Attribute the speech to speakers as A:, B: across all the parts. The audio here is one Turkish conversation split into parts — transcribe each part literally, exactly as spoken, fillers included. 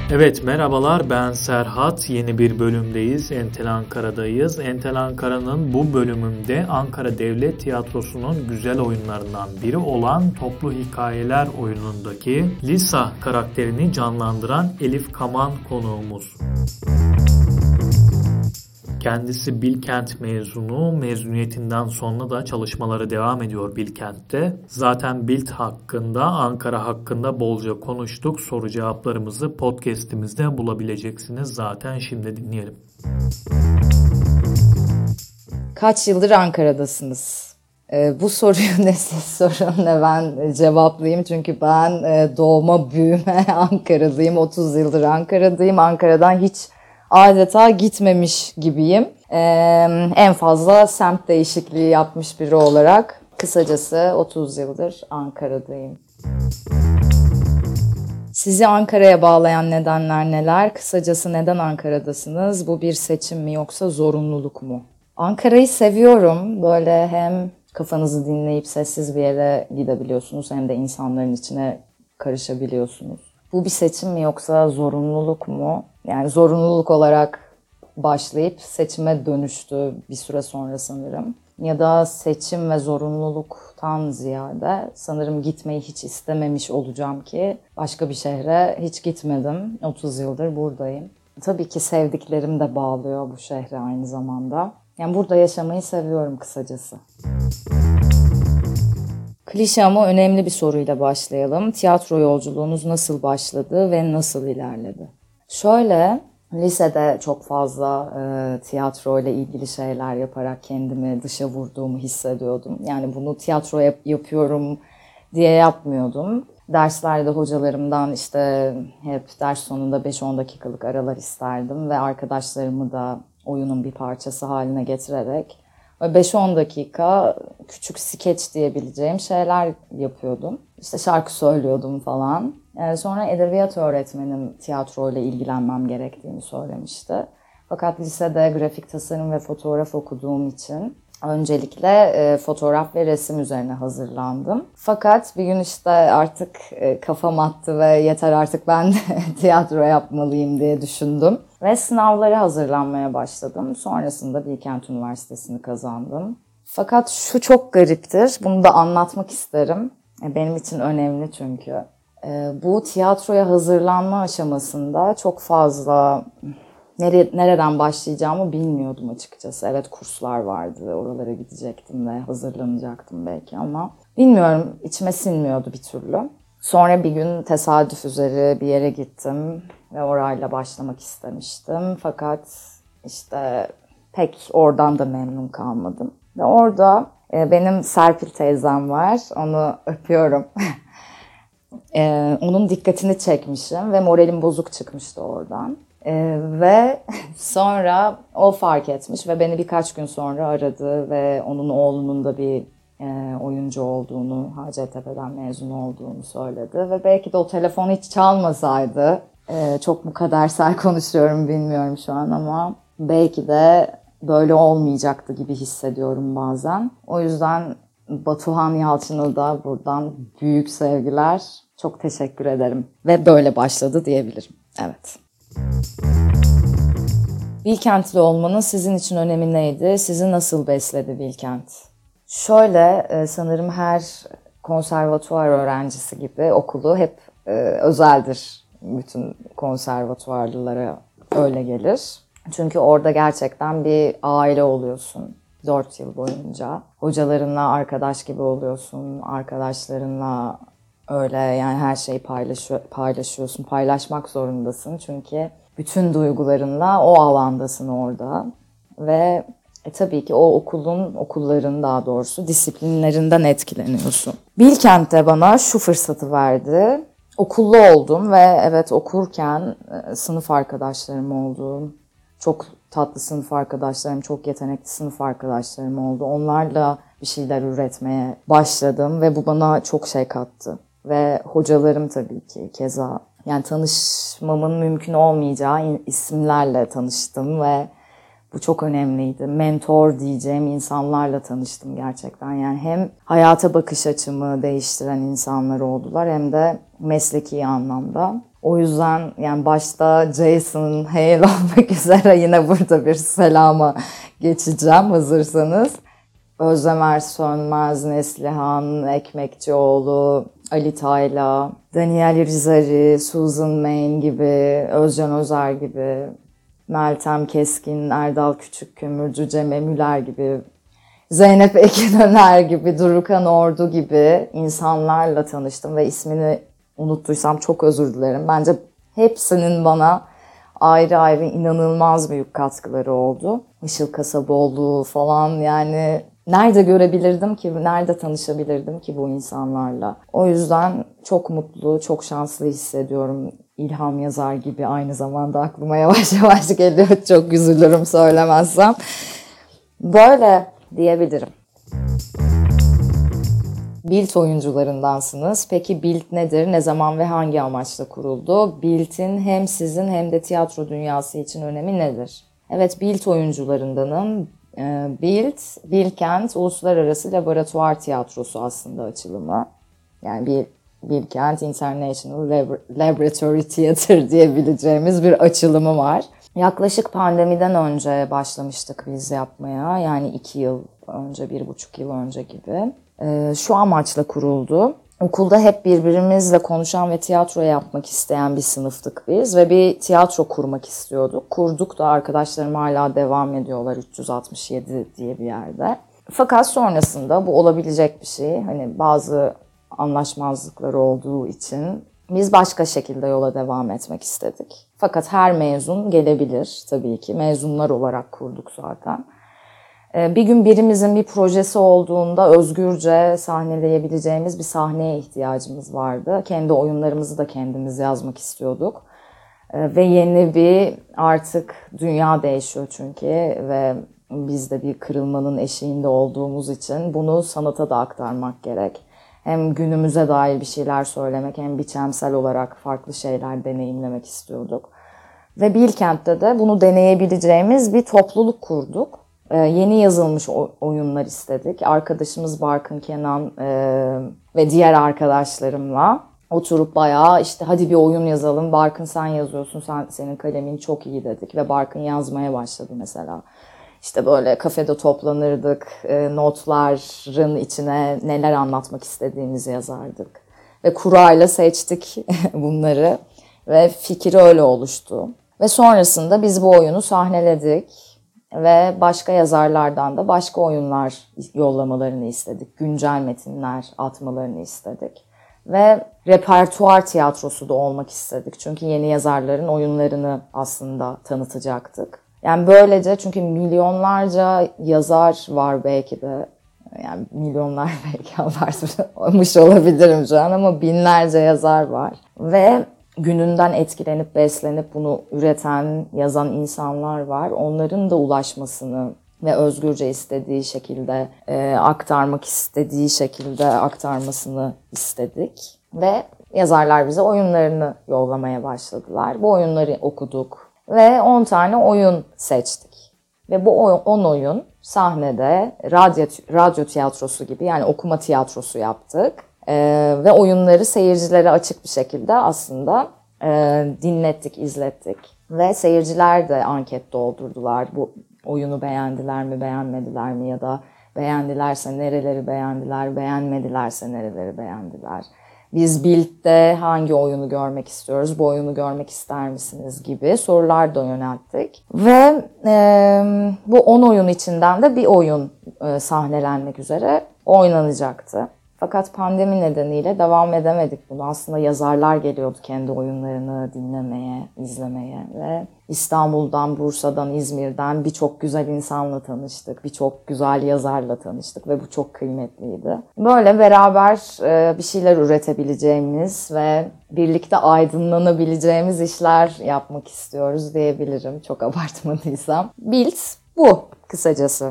A: Evet, merhabalar, ben Serhat. Yeni bir bölümdeyiz. Entel Ankara'dayız. Entel Ankara'nın bu bölümünde Ankara Devlet Tiyatrosu'nun güzel oyunlarından biri olan Toplu Hikayeler oyunundaki Lisa karakterini canlandıran Elif Kaman konuğumuz. Kendisi Bilkent mezunu, mezuniyetinden sonra da çalışmaları devam ediyor Bilkent'te. Zaten Bilt hakkında, Ankara hakkında bolca konuştuk. Soru cevaplarımızı podcast'imizde bulabileceksiniz. Zaten şimdi dinleyelim.
B: Kaç yıldır Ankara'dasınız? Ee, bu soruyu ne siz sorun ne ben cevaplayayım. Çünkü ben e, doğma büyüme Ankaralıyım. otuz yıldır Ankara'dayım. Ankara'dan hiç adeta gitmemiş gibiyim. Ee, en fazla semt değişikliği yapmış biri olarak kısacası otuz yıldır Ankara'dayım. Sizi Ankara'ya bağlayan nedenler neler? Kısacası neden Ankara'dasınız? Bu bir seçim mi yoksa zorunluluk mu? Ankara'yı seviyorum. Böyle hem kafanızı dinleyip sessiz bir yere gidebiliyorsunuz hem de insanların içine karışabiliyorsunuz. Bu bir seçim mi yoksa zorunluluk mu? Yani zorunluluk olarak başlayıp seçime dönüştü bir süre sonra sanırım. Ya da seçim ve zorunluluktan ziyade sanırım gitmeyi hiç istememiş olacağım ki başka bir şehre hiç gitmedim. otuz yıldır buradayım. Tabii ki sevdiklerim de bağlıyor bu şehre aynı zamanda. Yani burada yaşamayı seviyorum kısacası. Klişe ama önemli bir soruyla başlayalım. Tiyatro yolculuğunuz nasıl başladı ve nasıl ilerledi? Şöyle, lisede çok fazla e, tiyatro ile ilgili şeyler yaparak kendimi dışa vurduğumu hissediyordum. Yani bunu tiyatro yap- yapıyorum diye yapmıyordum. Derslerde hocalarımdan işte hep ders sonunda beş on dakikalık aralar isterdim ve arkadaşlarımı da oyunun bir parçası haline getirerek beş on dakika küçük skeç diyebileceğim şeyler yapıyordum. İşte şarkı söylüyordum falan. Yani sonra edebiyat öğretmenim tiyatroyla ilgilenmem gerektiğini söylemişti. Fakat lisede grafik tasarım ve fotoğraf okuduğum için öncelikle e, fotoğraf ve resim üzerine hazırlandım. Fakat bir gün işte artık e, kafam attı ve yeter artık ben de tiyatro yapmalıyım diye düşündüm. Ve sınavlara hazırlanmaya başladım. Sonrasında Bilkent Üniversitesi'ni kazandım. Fakat şu çok gariptir, bunu da anlatmak isterim. Benim için önemli çünkü. E, bu tiyatroya hazırlanma aşamasında çok fazla... Nere, nereden başlayacağımı bilmiyordum açıkçası. Evet, kurslar vardı, oralara gidecektim ve hazırlanacaktım belki ama bilmiyorum, içime sinmiyordu bir türlü. Sonra bir gün tesadüf üzere bir yere gittim ve orayla başlamak istemiştim. Fakat işte pek oradan da memnun kalmadım. Ve orada e, benim Serpil teyzem var, onu öpüyorum. e, onun dikkatini çekmişim ve moralim bozuk çıkmıştı oradan. Ee, ve sonra o fark etmiş ve beni birkaç gün sonra aradı ve onun oğlunun da bir e, oyuncu olduğunu, Hacettepe'den mezun olduğunu söyledi. Ve belki de o telefon hiç çalmasaydı, e, çok mu kadersel konuşuyorum bilmiyorum şu an ama belki de böyle olmayacaktı gibi hissediyorum bazen. O yüzden Batuhan Yalçın'a da buradan büyük sevgiler, çok teşekkür ederim ve böyle başladı diyebilirim. Evet. Bilkentli olmanın sizin için önemi neydi? Sizi nasıl besledi Bilkent? Şöyle, sanırım her konservatuvar öğrencisi gibi okulu hep özeldir. Bütün konservatuvarlılara öyle gelir. Çünkü orada gerçekten bir aile oluyorsun dört yıl boyunca. Hocalarınla arkadaş gibi oluyorsun, arkadaşlarınla öyle, yani her şeyi paylaşıyor, paylaşıyorsun, paylaşmak zorundasın çünkü bütün duygularınla o alandasın orada ve e, tabii ki o okulun, okulların daha doğrusu disiplinlerinden etkileniyorsun. Bilkent'te bana şu fırsatı verdi. Okullu oldum ve evet, okurken e, sınıf arkadaşlarım oldu. Çok tatlı sınıf arkadaşlarım, çok yetenekli sınıf arkadaşlarım oldu. Onlarla bir şeyler üretmeye başladım ve bu bana çok şey kattı. Ve hocalarım tabii ki keza. Yani tanışmamın mümkün olmayacağı isimlerle tanıştım ve bu çok önemliydi. Mentor diyeceğim insanlarla tanıştım gerçekten. Yani hem hayata bakış açımı değiştiren insanlar oldular hem de mesleki anlamda. O yüzden yani başta Jason Hale olmak üzere yine burada bir selama geçeceğim hazırsanız. Özlem Ersönmez, Neslihan Ekmekçioğlu, Ali Tayla, Daniel Rizari, Susan Main gibi, Özcan Özer gibi, Meltem Keskin, Erdal Küçükkömürcü, Cem Emüler gibi, Zeynep Ekin Öner gibi, Durukan Ordu gibi insanlarla tanıştım ve ismini unuttuysam çok özür dilerim. Bence hepsinin bana ayrı ayrı inanılmaz büyük katkıları oldu. Işıl Kasaboğlu falan, yani nerede görebilirdim ki, nerede tanışabilirdim ki bu insanlarla? O yüzden çok mutlu, çok şanslı hissediyorum. İlham yazar gibi aynı zamanda aklıma yavaş yavaş geliyor. Çok üzülürüm söylemezsem. Böyle diyebilirim. Bild oyuncularındansınız. Peki Bild nedir? Ne zaman ve hangi amaçla kuruldu? Bild'in hem sizin hem de tiyatro dünyası için önemi nedir? Evet, Bild oyuncularındanım. Bild, Bilkent Uluslararası Laboratuvar Tiyatrosu aslında açılımı. Yani bir Bilkent International Laboratory Theatre diyebileceğimiz bir açılımı var. Yaklaşık pandemiden önce başlamıştık biz yapmaya. Yani iki yıl önce, bir buçuk yıl önce gibi. Şu amaçla kuruldu. Okulda hep birbirimizle konuşan ve tiyatro yapmak isteyen bir sınıftık biz ve bir tiyatro kurmak istiyorduk. Kurduk da, arkadaşlarım hala devam ediyorlar üç yüz altmış yedi diye bir yerde. Fakat sonrasında bu olabilecek bir şey. Hani bazı anlaşmazlıklar olduğu için biz başka şekilde yola devam etmek istedik. Fakat her mezun gelebilir tabii ki. Mezunlar olarak kurduk zaten. Bir gün birimizin bir projesi olduğunda özgürce sahneleyebileceğimiz bir sahneye ihtiyacımız vardı. Kendi oyunlarımızı da kendimiz yazmak istiyorduk. Ve yeni bir, artık dünya değişiyor çünkü ve biz de bir kırılmanın eşiğinde olduğumuz için bunu sanata da aktarmak gerek. Hem günümüze dair bir şeyler söylemek hem biçimsel olarak farklı şeyler deneyimlemek istiyorduk. Ve Bilkent'te de bunu deneyebileceğimiz bir topluluk kurduk. Ee, yeni yazılmış oyunlar istedik. Arkadaşımız Barkın Kenan e, ve diğer arkadaşlarımla oturup bayağı işte hadi bir oyun yazalım. Barkın sen yazıyorsun, sen, senin kalemin çok iyi dedik. Ve Barkın yazmaya başladı mesela. İşte böyle kafede toplanırdık, e, notların içine neler anlatmak istediğimizi yazardık. Ve kurayla seçtik bunları ve fikir öyle oluştu. Ve sonrasında biz bu oyunu sahneledik. Ve başka yazarlardan da başka oyunlar yollamalarını istedik. Güncel metinler atmalarını istedik. Ve repertuar tiyatrosu da olmak istedik. Çünkü yeni yazarların oyunlarını aslında tanıtacaktık. Yani böylece, çünkü milyonlarca yazar var belki de. Yani milyonlar belki abartmış olabilirim şu an ama binlerce yazar var. Ve gününden etkilenip, beslenip bunu üreten, yazan insanlar var. Onların da ulaşmasını ve özgürce istediği şekilde, e, aktarmak istediği şekilde aktarmasını istedik. Ve yazarlar bize oyunlarını yollamaya başladılar. Bu oyunları okuduk ve on tane oyun seçtik. Ve bu on oyun sahnede radyo, radyo tiyatrosu gibi, yani okuma tiyatrosu yaptık. Ee, ve oyunları seyircilere açık bir şekilde aslında e, dinlettik, izlettik. Ve seyirciler de anket doldurdular. Bu oyunu beğendiler mi, beğenmediler mi, ya da beğendilerse nereleri beğendiler, beğenmedilerse nereleri beğendiler. Biz Bild'de hangi oyunu görmek istiyoruz, bu oyunu görmek ister misiniz gibi sorular da yönelttik. Ve e, bu on oyun içinden de bir oyun e, sahnelenmek üzere oynanacaktı. Fakat pandemi nedeniyle devam edemedik bunu. Aslında yazarlar geliyordu kendi oyunlarını dinlemeye, izlemeye ve İstanbul'dan, Bursa'dan, İzmir'den birçok güzel insanla tanıştık. Birçok güzel yazarla tanıştık ve bu çok kıymetliydi. Böyle beraber bir şeyler üretebileceğimiz ve birlikte aydınlanabileceğimiz işler yapmak istiyoruz diyebilirim. Çok abartmadıysam. Bild bu kısacası.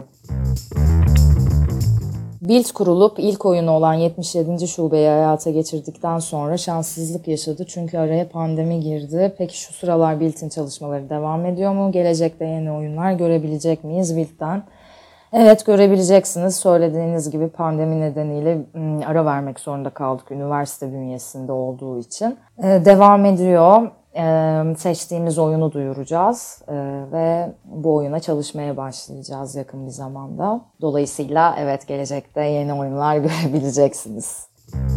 B: Bild kurulup ilk oyunu olan yetmiş yedinci şubeyi hayata geçirdikten sonra şanssızlık yaşadı. Çünkü araya pandemi girdi. Peki şu sıralar Bild'in çalışmaları devam ediyor mu? Gelecekte yeni oyunlar görebilecek miyiz Bild'den? Evet, görebileceksiniz. Söylediğiniz gibi pandemi nedeniyle ara vermek zorunda kaldık üniversite bünyesinde olduğu için. Devam ediyor. Seçtiğimiz oyunu duyuracağız ve bu oyuna çalışmaya başlayacağız yakın bir zamanda. Dolayısıyla evet, gelecekte yeni oyunlar görebileceksiniz.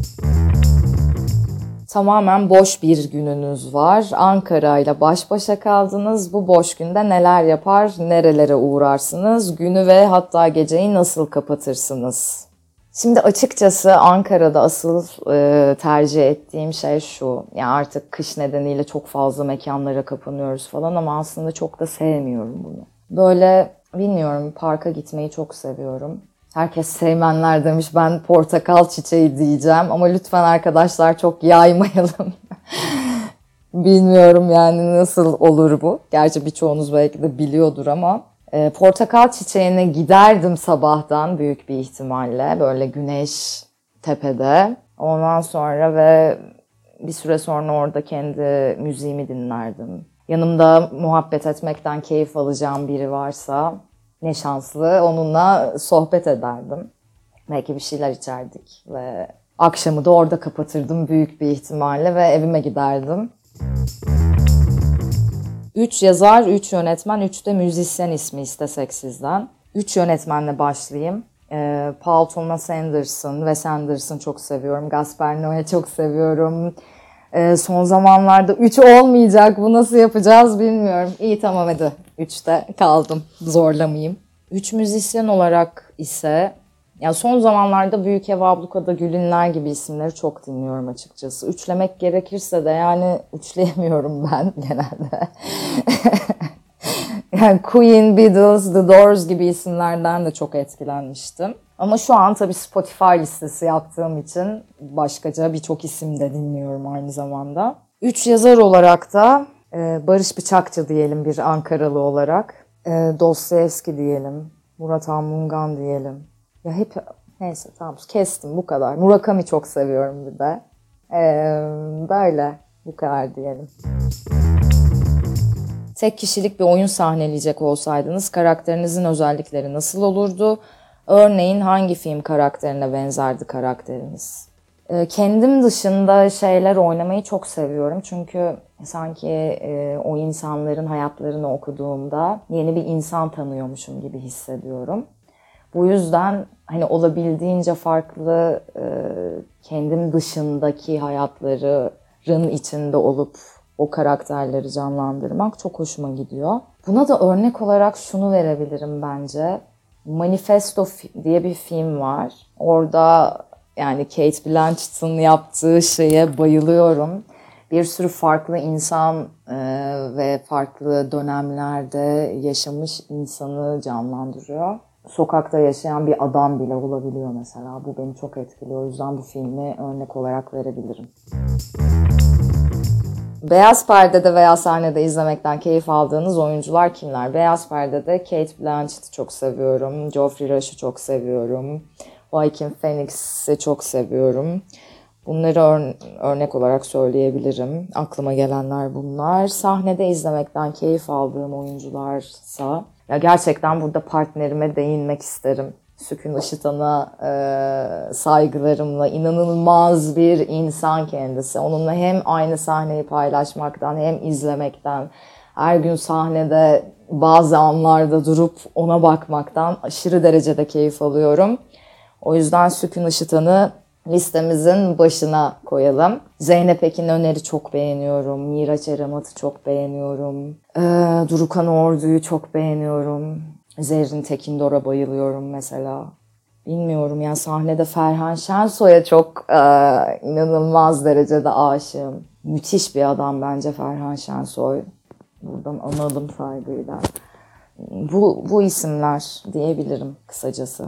B: Tamamen boş bir gününüz var. Ankara ile baş başa kaldınız. Bu boş günde neler yapar, nerelere uğrarsınız? Günü ve hatta geceyi nasıl kapatırsınız? Şimdi açıkçası Ankara'da asıl e, tercih ettiğim şey şu. Yani artık kış nedeniyle çok fazla mekanlara kapanıyoruz falan ama aslında çok da sevmiyorum bunu. Böyle bilmiyorum, parka gitmeyi çok seviyorum. Herkes sevmenler demiş, ben portakal çiçeği diyeceğim ama lütfen arkadaşlar çok yaymayalım. Bilmiyorum yani nasıl olur bu. Gerçi birçoğunuz belki de biliyordur ama e, portakal çiçeğine giderdim sabahtan büyük bir ihtimalle. Böyle güneş tepede. Ondan sonra ve bir süre sonra orada kendi müziğimi dinlerdim. Yanımda muhabbet etmekten keyif alacağım biri varsa ne şanslı, onunla sohbet ederdim. Belki bir şeyler içerdik ve akşamı da orada kapatırdım büyük bir ihtimalle ve evime giderdim. Üç yazar, üç yönetmen, üç de müzisyen ismi istesek sizden. Üç yönetmenle başlayayım. Ee, Paul Thomas Anderson, Wes Anderson çok seviyorum. Gaspar Noé çok seviyorum. Ee, son zamanlarda üç olmayacak, bu nasıl yapacağız bilmiyorum. İyi tamam hadi. Üçte kaldım. Zorlamayayım. Üç müzisyen olarak ise ya son zamanlarda Büyük Ev Abluka'da Gülünler gibi isimleri çok dinliyorum açıkçası. Üçlemek gerekirse de yani üçleyemiyorum ben genelde. Yani Queen, Beatles, The Doors gibi isimlerden de çok etkilenmiştim. Ama şu an tabii Spotify listesi yaptığım için başkaca birçok isim de dinliyorum aynı zamanda. Üç yazar olarak da Barış Bıçakçı diyelim bir Ankaralı olarak. Dostoyevski diyelim. Murat Anmungan diyelim. Ya hep neyse tamam kestim bu kadar. Murakami çok seviyorum bir de. Ee, böyle bu kadar diyelim. Tek kişilik bir oyun sahneleyecek olsaydınız karakterinizin özellikleri nasıl olurdu? Örneğin hangi film karakterine benzerdi karakteriniz? Ee, kendim dışında şeyler oynamayı çok seviyorum. Çünkü sanki e, o insanların hayatlarını okuduğumda yeni bir insan tanıyormuşum gibi hissediyorum. Bu yüzden hani olabildiğince farklı e, kendim dışındaki hayatların içinde olup o karakterleri canlandırmak çok hoşuma gidiyor. Buna da örnek olarak şunu verebilirim bence. Manifesto diye bir film var. Orada yani Cate Blanchett'ın yaptığı şeye bayılıyorum. Bir sürü farklı insan e, ve farklı dönemlerde yaşamış insanı canlandırıyor. Sokakta yaşayan bir adam bile olabiliyor mesela. Bu beni çok etkiliyor. O yüzden bu filmi örnek olarak verebilirim. Beyaz perdede veya sahnede izlemekten keyif aldığınız oyuncular kimler? Beyaz perdede Cate Blanchett'ı çok seviyorum. Geoffrey Rush'ı çok seviyorum. Joaquin Phoenix'i çok seviyorum. Bunları ör- örnek olarak söyleyebilirim. Aklıma gelenler bunlar. Sahnede izlemekten keyif aldığım oyuncularsa ya gerçekten burada partnerime değinmek isterim. Sükun Işıtan'a e, saygılarımla, inanılmaz bir insan kendisi. Onunla hem aynı sahneyi paylaşmaktan hem izlemekten, her gün sahnede bazı anlarda durup ona bakmaktan aşırı derecede keyif alıyorum. O yüzden Sükun Işıtan'ı listemizin başına koyalım. Zeynep Ekin Öner'i çok beğeniyorum. Miraç Eramat'ı çok beğeniyorum. Ee, Durukan Ordu'yu çok beğeniyorum. Zerrin Tekindor'a bayılıyorum mesela. Bilmiyorum yani sahnede Ferhan Şensoy'a çok e, inanılmaz derecede aşığım. Müthiş bir adam bence Ferhan Şensoy. Buradan analım saygıyla. Bu, bu isimler diyebilirim kısacası.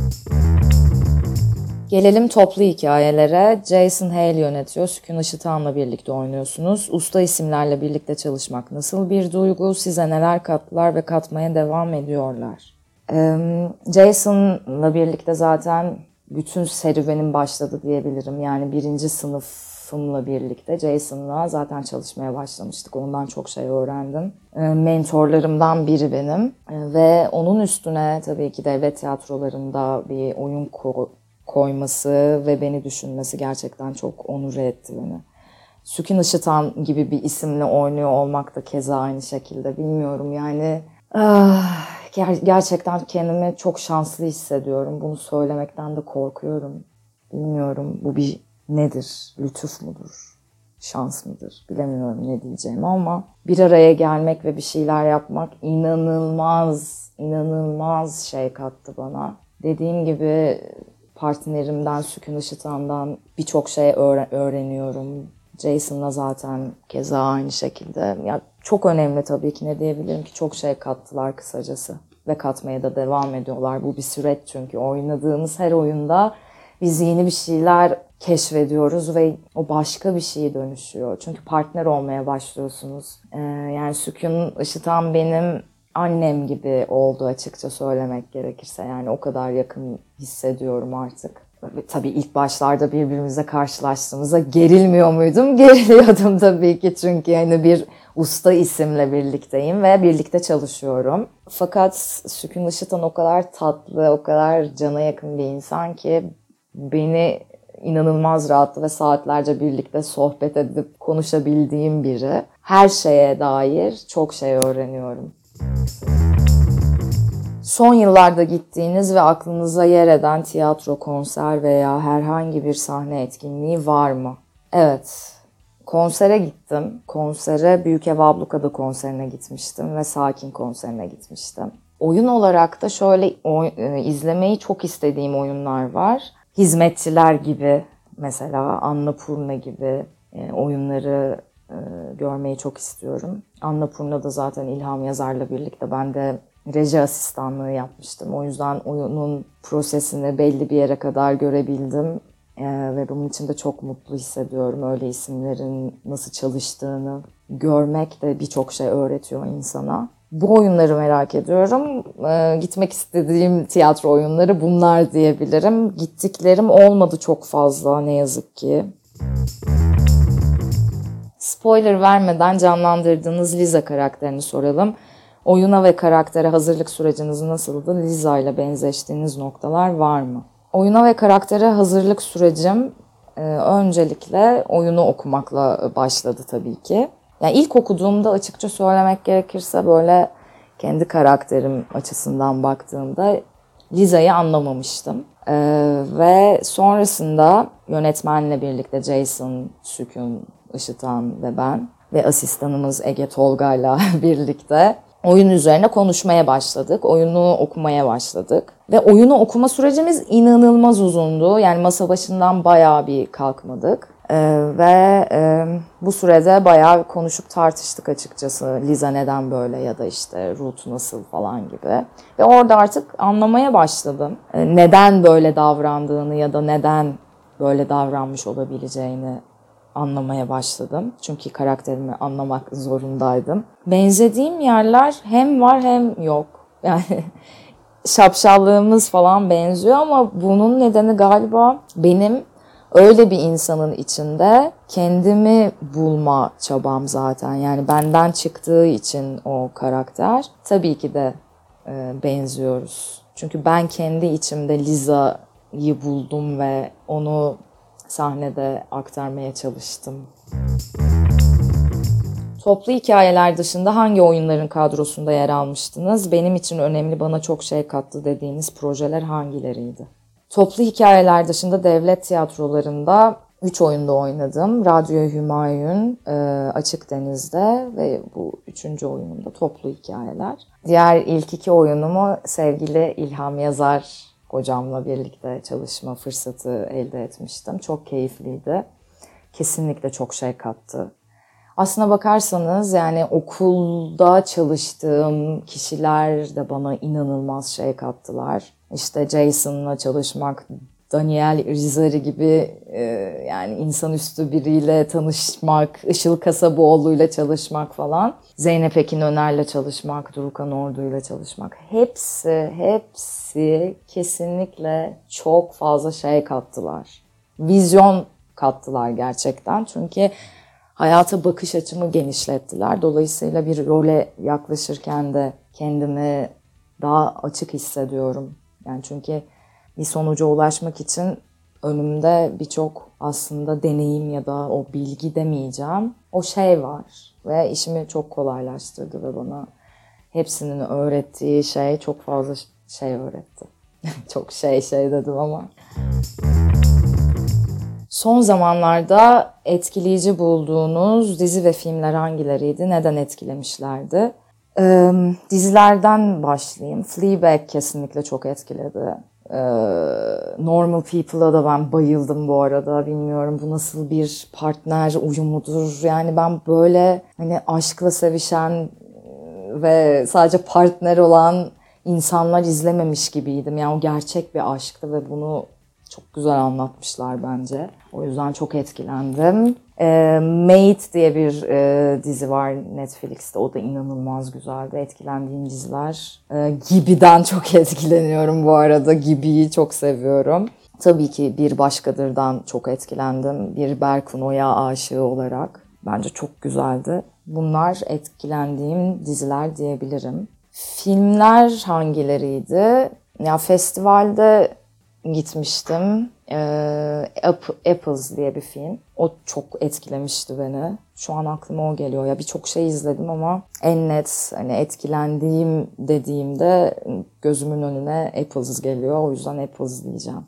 B: Gelelim toplu hikayelere. Jason Hale yönetiyor. Sükun Işıtan'la birlikte oynuyorsunuz. Usta isimlerle birlikte çalışmak nasıl bir duygu? Size neler kattılar ve katmaya devam ediyorlar? Ee, Jason'la birlikte zaten bütün serüvenim başladı diyebilirim. Yani birinci sınıf sınıfımla birlikte Jason'la zaten çalışmaya başlamıştık. Ondan çok şey öğrendim. Mentorlarımdan biri benim. Ve onun üstüne tabii ki devlet tiyatrolarında bir oyun ko- koyması ve beni düşünmesi gerçekten çok onur etti beni. Sükin Işıtan gibi bir isimle oynuyor olmak da keza aynı şekilde. Bilmiyorum yani ah, ger- gerçekten kendimi çok şanslı hissediyorum. Bunu söylemekten de korkuyorum. Bilmiyorum bu bir nedir? Lütuf mudur? Şans mıdır? Bilemiyorum ne diyeceğimi ama bir araya gelmek ve bir şeyler yapmak inanılmaz, inanılmaz şey kattı bana. Dediğim gibi partnerimden, Sükin Işıtan'dan birçok şey öğre- öğreniyorum. Jason'la zaten keza aynı şekilde. Ya çok önemli tabii ki, ne diyebilirim ki, çok şey kattılar kısacası. Ve katmaya da devam ediyorlar. Bu bir süreç çünkü oynadığımız her oyunda biz yeni bir şeyler keşfediyoruz ve o başka bir şeye dönüşüyor. Çünkü partner olmaya başlıyorsunuz. Ee, yani Sükun Işıtan benim annem gibi oldu açıkça söylemek gerekirse. Yani o kadar yakın hissediyorum artık. Tabii ilk başlarda birbirimizle karşılaştığımızda gerilmiyor muydum? Geriliyordum tabii ki çünkü yani bir usta isimle birlikteyim ve birlikte çalışıyorum. Fakat Sükun Işıtan o kadar tatlı, o kadar cana yakın bir insan ki beni inanılmaz rahatlı ve saatlerce birlikte sohbet edip konuşabildiğim biri. Her şeye dair çok şey öğreniyorum. Son yıllarda gittiğiniz ve aklınıza yer eden tiyatro, konser veya herhangi bir sahne etkinliği var mı? Evet, konsere gittim. Konsere Büyük Ev Ablukada konserine gitmiştim ve Sakin konserine gitmiştim. Oyun olarak da şöyle oy- izlemeyi çok istediğim oyunlar var. Hizmetçiler gibi, mesela Annapurna gibi e, oyunları e, görmeyi çok istiyorum. Annapurna'da zaten İlham Yazar'la birlikte ben de reji asistanlığı yapmıştım. O yüzden oyunun prosesini belli bir yere kadar görebildim. Ee, ve bunun için de çok mutlu hissediyorum. Öyle isimlerin nasıl çalıştığını görmek de birçok şey öğretiyor insana. Bu oyunları merak ediyorum. Ee, gitmek istediğim tiyatro oyunları bunlar diyebilirim. Gittiklerim olmadı çok fazla ne yazık ki. Spoiler vermeden canlandırdığınız Liza karakterini soralım. Oyuna ve karaktere hazırlık süreciniz nasıldı? Liza ile benzeştiğiniz noktalar var mı? Oyuna ve karaktere hazırlık sürecim e, öncelikle oyunu okumakla başladı tabii ki. Yani ilk okuduğumda açıkça söylemek gerekirse böyle kendi karakterim açısından baktığımda Liza'yı anlamamıştım. E, ve sonrasında yönetmenle birlikte Jason, Sükun Işıtan ve ben ve asistanımız Ege Tolga'yla birlikte oyun üzerine konuşmaya başladık. Oyunu okumaya başladık. Ve oyunu okuma sürecimiz inanılmaz uzundu. Yani masa başından bayağı bir kalkmadık. Ee, ve e, bu sürede bayağı konuşup tartıştık açıkçası. Liza neden böyle ya da işte Ruth nasıl falan gibi. Ve orada artık anlamaya başladım. Ee, neden böyle davrandığını ya da neden böyle davranmış olabileceğini anlamaya başladım. Çünkü karakterimi anlamak zorundaydım. Benzediğim yerler hem var hem yok. Yani şapşallığımız falan benziyor ama bunun nedeni galiba benim öyle bir insanın içinde kendimi bulma çabam zaten. Yani benden çıktığı için o karakter. Tabii ki de e, benziyoruz. Çünkü ben kendi içimde Liza'yı buldum ve onu sahnede aktarmaya çalıştım. Toplu hikayeler dışında hangi oyunların kadrosunda yer almıştınız? Benim için önemli, bana çok şey kattı dediğiniz projeler hangileriydi? Toplu hikayeler dışında devlet tiyatrolarında üç oyunda oynadım. Radyo Hümayun, Açık Deniz'de ve bu üçüncü oyunumda toplu hikayeler. Diğer ilk iki oyunumu sevgili İlham Yazar hocamla birlikte çalışma fırsatı elde etmiştim. Çok keyifliydi. Kesinlikle çok şey kattı. Aslına bakarsanız yani okulda çalıştığım kişiler de bana inanılmaz şey kattılar. İşte Jason'la çalışmak, Daniel Rizari gibi e, yani insanüstü biriyle tanışmak, Işıl Kasaboğlu'yla çalışmak falan. Zeynep Ekin Öner'le çalışmak, Durukan Ordu'yla çalışmak. Hepsi, hepsi kesinlikle çok fazla şey kattılar. Vizyon kattılar gerçekten. Çünkü hayata bakış açımı genişlettiler. Dolayısıyla bir role yaklaşırken de kendimi daha açık hissediyorum. Yani çünkü bir sonuca ulaşmak için önümde birçok aslında deneyim ya da o bilgi demeyeceğim. O şey var ve işimi çok kolaylaştırdı ve bana hepsinin öğrettiği şey çok fazla şey öğretti. Çok şey şey dedim ama. Son zamanlarda etkileyici bulduğunuz dizi ve filmler hangileriydi? Neden etkilemişlerdi? Ee, dizilerden başlayayım. Fleabag kesinlikle çok etkiledi. Ee, Normal People'a da ben bayıldım bu arada. Bilmiyorum bu nasıl bir partner uyumudur. Yani ben böyle hani aşkla sevişen ve sadece partner olan insanlar izlememiş gibiydim. Yani o gerçek bir aşktı ve bunu çok güzel anlatmışlar bence. O yüzden çok etkilendim. E, Maid diye bir e, dizi var Netflix'te. O da inanılmaz güzeldi. Etkilendiğim diziler. E, Gibi'den çok etkileniyorum bu arada. Gibi'yi çok seviyorum. Tabii ki Bir Başkadır'dan çok etkilendim. Bir Berkun Oya aşığı olarak. Bence çok güzeldi. Bunlar etkilendiğim diziler diyebilirim. Filmler hangileriydi? Ya festivalde gitmiştim. Ee, Apples diye bir film. O çok etkilemişti beni. Şu an aklıma o geliyor. Ya birçok şey izledim ama en net hani etkilendiğim dediğimde gözümün önüne Apples geliyor. O yüzden Apples diyeceğim.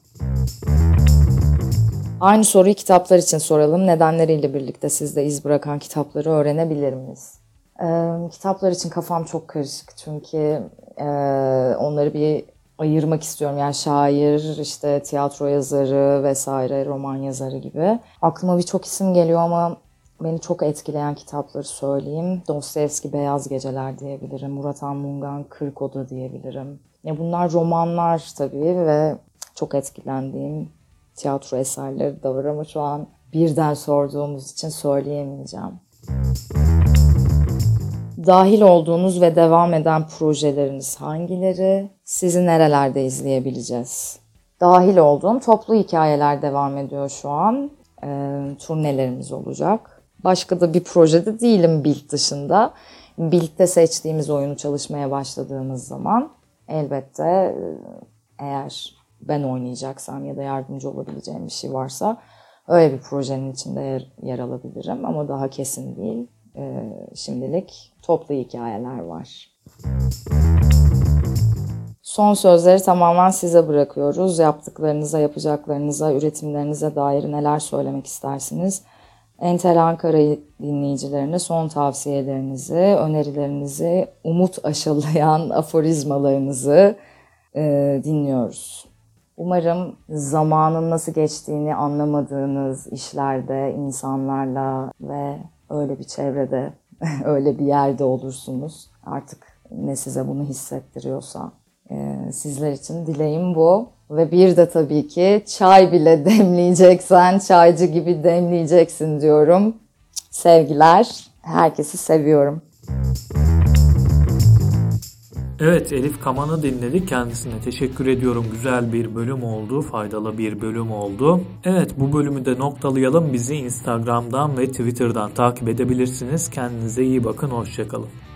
B: Aynı soruyu kitaplar için soralım. Nedenleriyle birlikte sizde iz bırakan kitapları öğrenebilir miyiz? Ee, kitaplar için kafam çok karışık. Çünkü e, onları bir ayırmak istiyorum. Yani şair, işte tiyatro yazarı vesaire, roman yazarı gibi. Aklıma birçok isim geliyor ama beni çok etkileyen kitapları söyleyeyim. Dostoyevski Beyaz Geceler diyebilirim. Murat Anmungan Kırk Oda diyebilirim. Ya bunlar romanlar tabii ve çok etkilendiğim tiyatro eserleri de var ama şu an birden sorduğumuz için söyleyemeyeceğim. Dahil olduğunuz ve devam eden projeleriniz hangileri? Sizi nerelerde izleyebileceğiz? Dahil olduğum toplu hikayeler devam ediyor şu an. E, turnelerimiz olacak. Başka da bir projede değilim Bild dışında. Bild'de seçtiğimiz oyunu çalışmaya başladığımız zaman elbette eğer ben oynayacaksam ya da yardımcı olabileceğim bir şey varsa öyle bir projenin içinde yer, yer alabilirim ama daha kesin değil. Ee, şimdilik toplu hikayeler var. Son sözleri tamamen size bırakıyoruz. Yaptıklarınıza, yapacaklarınıza, üretimlerinize dair neler söylemek istersiniz? Entel Ankara dinleyicilerine son tavsiyelerinizi, önerilerinizi, umut aşılayan aforizmalarınızı e, dinliyoruz. Umarım zamanın nasıl geçtiğini anlamadığınız işlerde, insanlarla ve öyle bir çevrede, öyle bir yerde olursunuz. Artık ne size bunu hissettiriyorsa. Ee, sizler için dileğim bu. Ve bir de tabii ki çay bile demleyeceksen çaycı gibi demleyeceksin diyorum. Sevgiler, herkesi seviyorum.
A: Evet, Elif Kaman'ı dinledik. Kendisine teşekkür ediyorum. Güzel bir bölüm oldu. Faydalı bir bölüm oldu. Evet, bu bölümü de noktalayalım. Bizi Instagram'dan ve Twitter'dan takip edebilirsiniz. Kendinize iyi bakın. Hoşça kalın.